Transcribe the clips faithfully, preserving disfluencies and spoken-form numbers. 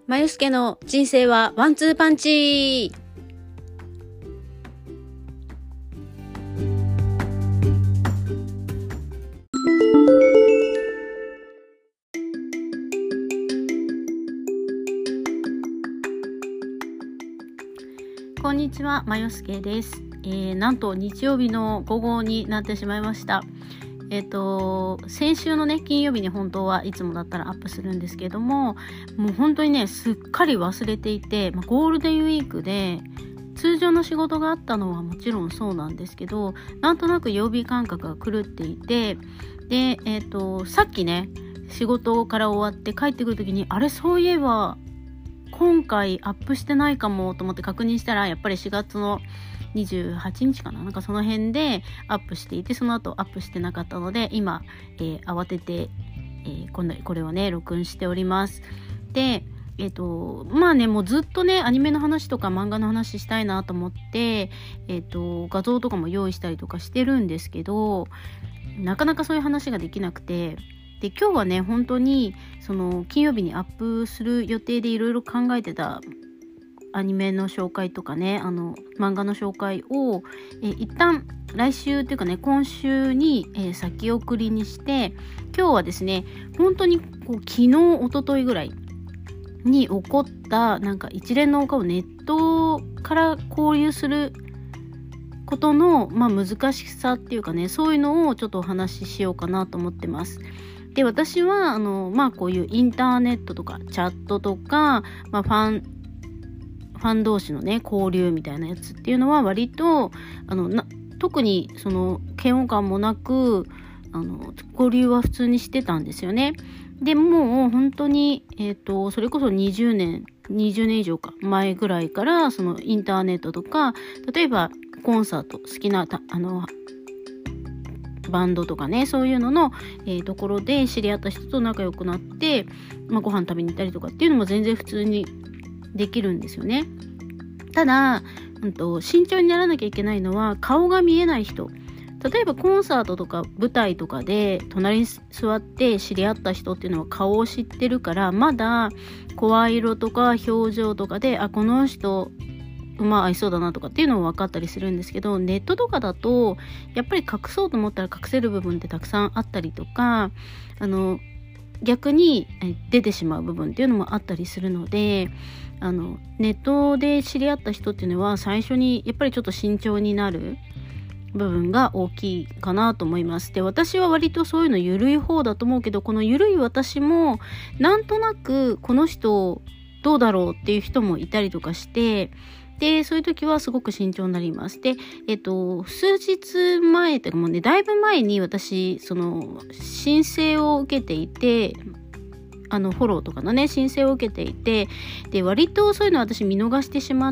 まゆすけの人生はワンツーパンチ。こんにちは、まゆすけです。えー、なんと日曜日の午後になってしまいました。えっと先週のね金曜日に本当はいつもだったらアップするんですけども、もう本当にねすっかり忘れていて、まあ、ゴールデンウィークで通常の仕事があったのはもちろんそうなんですけど、なんとなく曜日感覚が狂っていて、で、えっとさっきね仕事から終わって帰ってくる時に、あれそういえば今回アップしてないかもと思って確認したら、やっぱりしがつのにじゅうはちにちかな、なんかその辺でアップしていて、その後アップしてなかったので今、えー、慌てて、えー、このこれをね録音しております。でえっとまあねもうずっとねアニメの話とか漫画の話したいなと思って、えっと画像とかも用意したりとかしてるんですけど、なかなかそういう話ができなくて、で今日はね本当にその金曜日にアップする予定でいろいろ考えてたアニメの紹介とかね、あの漫画の紹介を、えー、一旦来週というかね今週に、えー、先送りにして、今日はですね本当にこう昨日一昨日ぐらいに起こったなんか一連のお顔をネットから交流することの、まあ、難しさっていうかね、そういうのをちょっとお話ししようかなと思ってます。で私はあの、まあ、こういうインターネットとかチャットとか、まあ、ファンファン同士のね交流みたいなやつっていうのは割とあのな特にその嫌悪感もなくあの交流は普通にしてたんですよね。でもう本当に、えーと、それこそにじゅうねんにじゅうねん以上か前ぐらいからそのインターネットとか、例えばコンサート好きなあのバンドとかね、そういうのの、えー、ところで知り合った人と仲良くなって、まあ、ご飯食べに行ったりとかっていうのも全然普通にできるんですよね。ただ、うんと、慎重にならなきゃいけないのは顔が見えない人。例えばコンサートとか舞台とかで隣に座って知り合った人っていうのは顔を知ってるから、まだ声色とか表情とかで、あ、この人馬合いそうだなとかっていうのも分かったりするんですけど、ネットとかだとやっぱり隠そうと思ったら隠せる部分ってたくさんあったりとか、あの逆に出てしまう部分っていうのもあったりするので、あのネットで知り合った人っていうのは最初にやっぱりちょっと慎重になる部分が大きいかなと思います。で私は割とそういうの緩い方だと思うけど、この緩い私もなんとなくこの人どうだろうっていう人もいたりとかして、でそういう時はすごく慎重になります。でえっと数日前というかもうねだいぶ前に私その申請を受けていて、あのフォローとかのね申請を受けていて、で割とそういうの私見逃してしまって、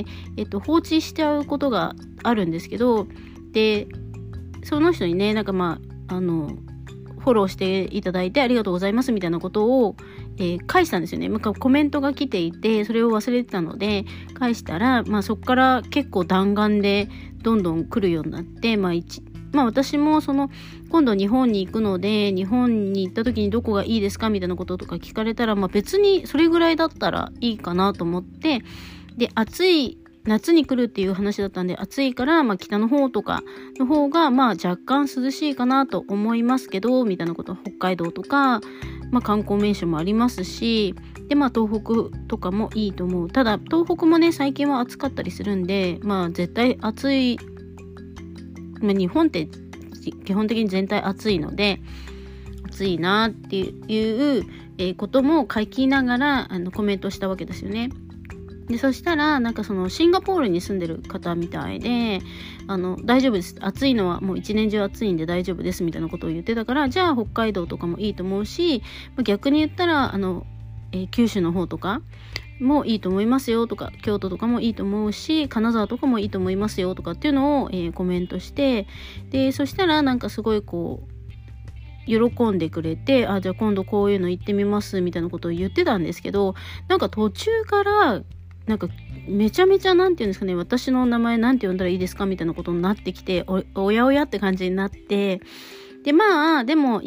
えっと、放置しちゃうことがあるんですけど、でその人にねなんかまああのフォローしていただいてありがとうございますみたいなことを、えー、返したんですよね。なんかコメントが来ていてそれを忘れてたので返したら、まあ、そこから結構弾丸でどんどん来るようになって、まあ一まあ私もその今度日本に行くので、日本に行った時にどこがいいですかみたいなこととか聞かれたら、まあ別にそれぐらいだったらいいかなと思って、で暑い夏に来るっていう話だったんで、暑いからまあ北の方とかの方がまあ若干涼しいかなと思いますけどみたいなこと、北海道とかまあ観光名所もありますし、でまあ東北とかもいいと思う。ただ東北もね最近は暑かったりするんで、まあ絶対暑い、日本って基本的に全体暑いので暑いなっていうことも書きながらあのコメントしたわけですよね。でそしたらなんかそのシンガポールに住んでる方みたいで、あの大丈夫です、暑いのはもう一年中暑いんで大丈夫ですみたいなことを言ってたから、じゃあ北海道とかもいいと思うし、逆に言ったらあの、えー、九州の方とかもいいと思いますよとか、京都とかもいいと思うし、金沢とかもいいと思いますよとかっていうのを、えー、コメントして、でそしたらなんかすごいこう喜んでくれて、あじゃあ今度こういうの行ってみますみたいなことを言ってたんですけど、なんか途中からなんかめちゃめちゃなんていうんですかね、私の名前なんて呼んだらいいですかみたいなことになってきて、 お, おやおやって感じになって、でまあでもい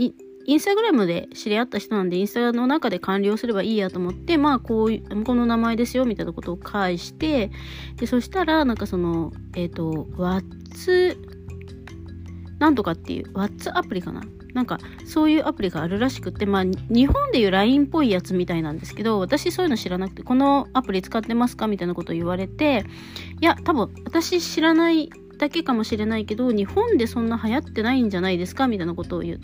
インスタグラムで知り合った人なんでインスタの中で完了すればいいやと思って、まあこういうこの名前ですよみたいなことを返して、でそしたらなんかそのえっ、ー、とワッツなんとかっていうワッツアプリかな、なんかそういうアプリがあるらしくって、まあ日本でいう ライン っぽいやつみたいなんですけど、私そういうの知らなくて、このアプリ使ってますかみたいなことを言われて、いや多分私知らないだけかもしれないけど日本でそんな流行ってないんじゃないですかみたいなことを言って、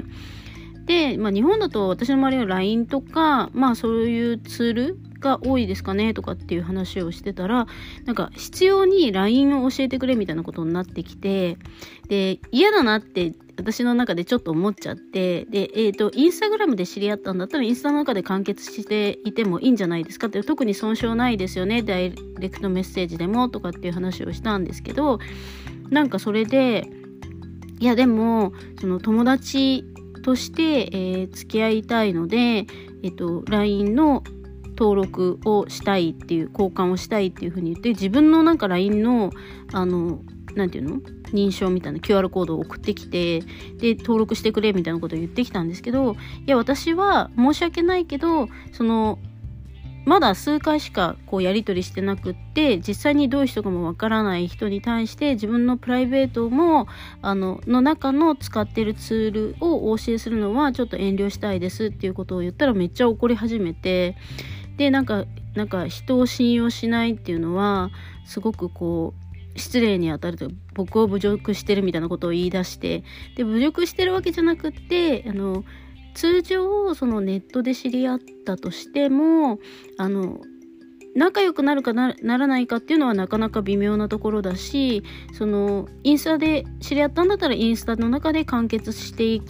で、まあ、日本だと私の周りは ライン とかまあそういうツールが多いですかねとかっていう話をしてたら、なんか必要に ライン を教えてくれみたいなことになってきて、で嫌だなって私の中でちょっと思っちゃって、でえっとインスタグラムで知り合ったんだったらインスタの中で完結していてもいいんじゃないですかって、特に損傷ないですよねダイレクトメッセージでもとかっていう話をしたんですけど、なんかそれでいやでもその友達として、えー、付き合いたいので、えっと ライン の登録をしたいっていう交換をしたいっていう風に言って、自分のなんか ライン のあのなんていうの認証みたいな キューアール コードを送ってきて、で登録してくれみたいなことを言ってきたんですけど、いや私は申し訳ないけどそのまだ数回しかこうやり取りしてなくって、実際にどういう人かもわからない人に対して自分のプライベートもあのの中の使ってるツールをお教えするのはちょっと遠慮したいですっていうことを言ったらめっちゃ怒り始めて、でなんかなんか人を信用しないっていうのはすごくこう失礼に当たると、僕を侮辱してるみたいなことを言い出して、で侮辱してるわけじゃなくってあの通常そのネットで知り合ったとしてもあの仲良くなるか な, ならないかっていうのはなかなか微妙なところだし、そのインスタで知り合ったんだったらインスタの中で完結していって、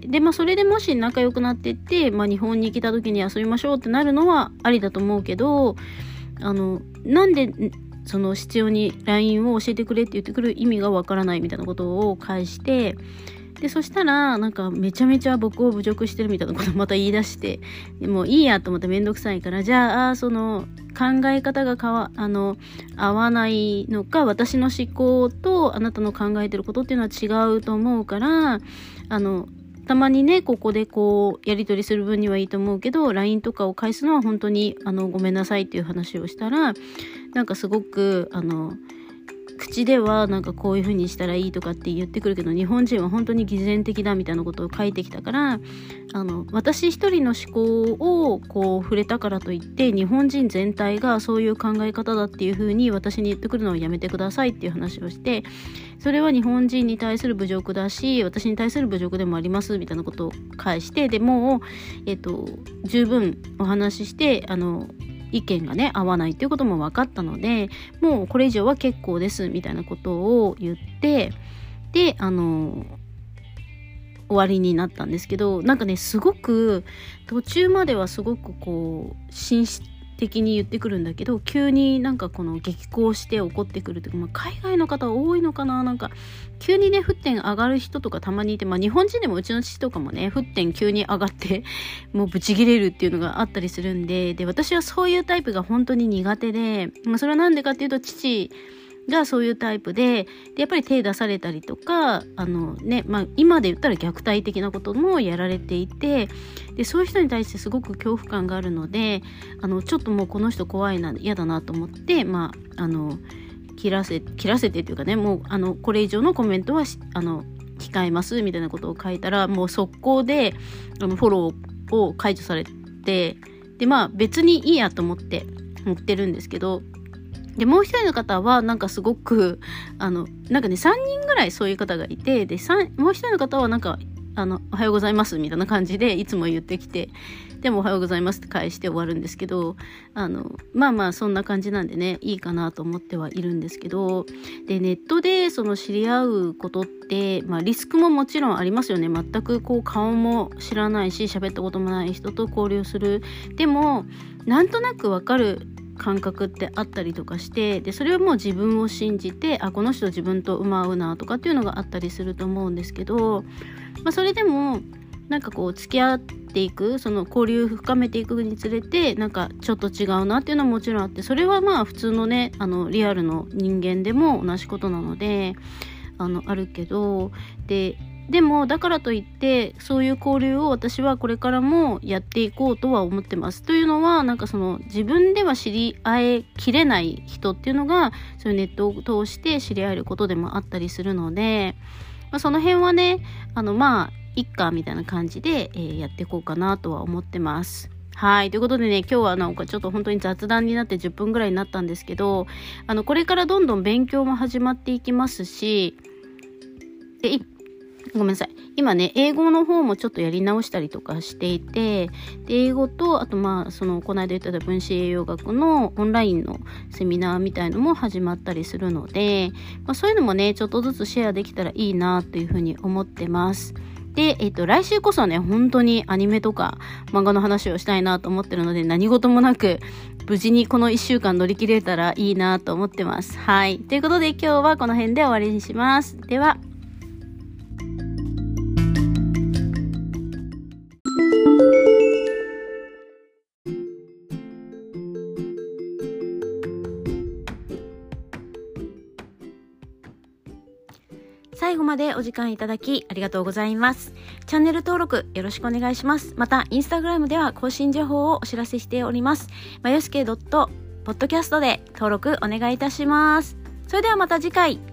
でまあそれでもし仲良くなっていって、まあ、日本に来た時に遊びましょうってなるのはありだと思うけど、あのなんでその必要に ライン を教えてくれって言ってくる意味がわからないみたいなことを返して、でそしたらなんかめちゃめちゃ僕を侮辱してるみたいなことをまた言い出して、でもういいやと思ってめんどくさいから、じゃあその考え方がかわあの合わないのか、私の思考とあなたの考えてることっていうのは違うと思うから、あのたまにねここでこうやり取りする分にはいいと思うけど ライン とかを返すのは本当にあのごめんなさいっていう話をしたら、なんかすごくあの口ではなんかこういう風にしたらいいとかって言ってくるけど、日本人は本当に偽善的だみたいなことを書いてきたから、あの私一人の思考をこう触れたからといって日本人全体がそういう考え方だっていう風に私に言ってくるのをやめてくださいっていう話をして、それは日本人に対する侮辱だし私に対する侮辱でもありますみたいなことを返して、でもう、えっと、十分お話ししてあの意見がね合わないっていうことも分かったので、もうこれ以上は結構ですみたいなことを言って、であの終わりになったんですけど、なんかねすごく途中まではすごくこう紳士的に言ってくるんだけど、急になんかこの激高して怒ってくるというか、まあ、海外の方多いのかな、なんか急にね沸点上がる人とかたまにいて、まあ、日本人でもうちの父とかもね沸点急に上がってもうブチギレるっていうのがあったりするんで、で私はそういうタイプが本当に苦手で、まあ、それはなんでかっていうと父がそういうタイプで、でやっぱり手出されたりとかあのね、まあ、今で言ったら虐待的なこともやられていて、でそういう人に対してすごく恐怖感があるので、あのちょっともうこの人怖いな嫌だなと思って、まああの切らせ切らせてっていうかね、もうあのこれ以上のコメントはあの控えますみたいなことを書いたら、もう速攻であのフォローを解除されて、でまあ別にいいやと思って持ってるんですけど、でもう一人の方はなんかすごくあのなんかねさんにんぐらいそういう方がいて、でもう一人の方はなんかあのおはようございますみたいな感じでいつも言ってきて、でもおはようございますって返して終わるんですけど、あのまあまあそんな感じなんでねいいかなと思ってはいるんですけど、でネットでその知り合うことって、まあ、リスクももちろんありますよね。全くこう顔も知らないし喋ったこともない人と交流する、でもなんとなくわかる感覚ってあったりとかして、でそれはもう自分を信じて、あこの人自分と馬合うなとかっていうのがあったりすると思うんですけど、まあ、それでもなんかこう付き合っていく、その交流を深めていくにつれてなんかちょっと違うなっていうのはもちろんあって、それはまあ普通のねあのリアルの人間でも同じことなのであのあるけど、ででもだからといってそういう交流を私はこれからもやっていこうとは思ってます。というのはなんかその自分では知り合えきれない人っていうのがそういうネットを通して知り合えることでもあったりするので、まあ、その辺はねあのまあいっかみたいな感じで、えー、やっていこうかなとは思ってます。はい。ということでね、今日はなんかちょっと本当に雑談になってじゅっぷんぐらいになったんですけど、あの、これからどんどん勉強も始まっていきますし、で、ごめんなさい。今ね、英語の方もちょっとやり直したりとかしていて、で英語と、あとまあ、その、この間言ってた分子栄養学のオンラインのセミナーみたいのも始まったりするので、まあ、そういうのもね、ちょっとずつシェアできたらいいなというふうに思ってます。で、えっと、来週こそはね、本当にアニメとか漫画の話をしたいなと思ってるので、何事もなく、無事にこのいっしゅうかん乗り切れたらいいなと思ってます。はい。ということで今日はこの辺で終わりにします。では。最後までお時間いただきありがとうございます。チャンネル登録よろしくお願いします。また、インスタグラムでは更新情報をお知らせしております。まよすけ .podcast で登録お願いいたします。それではまた次回。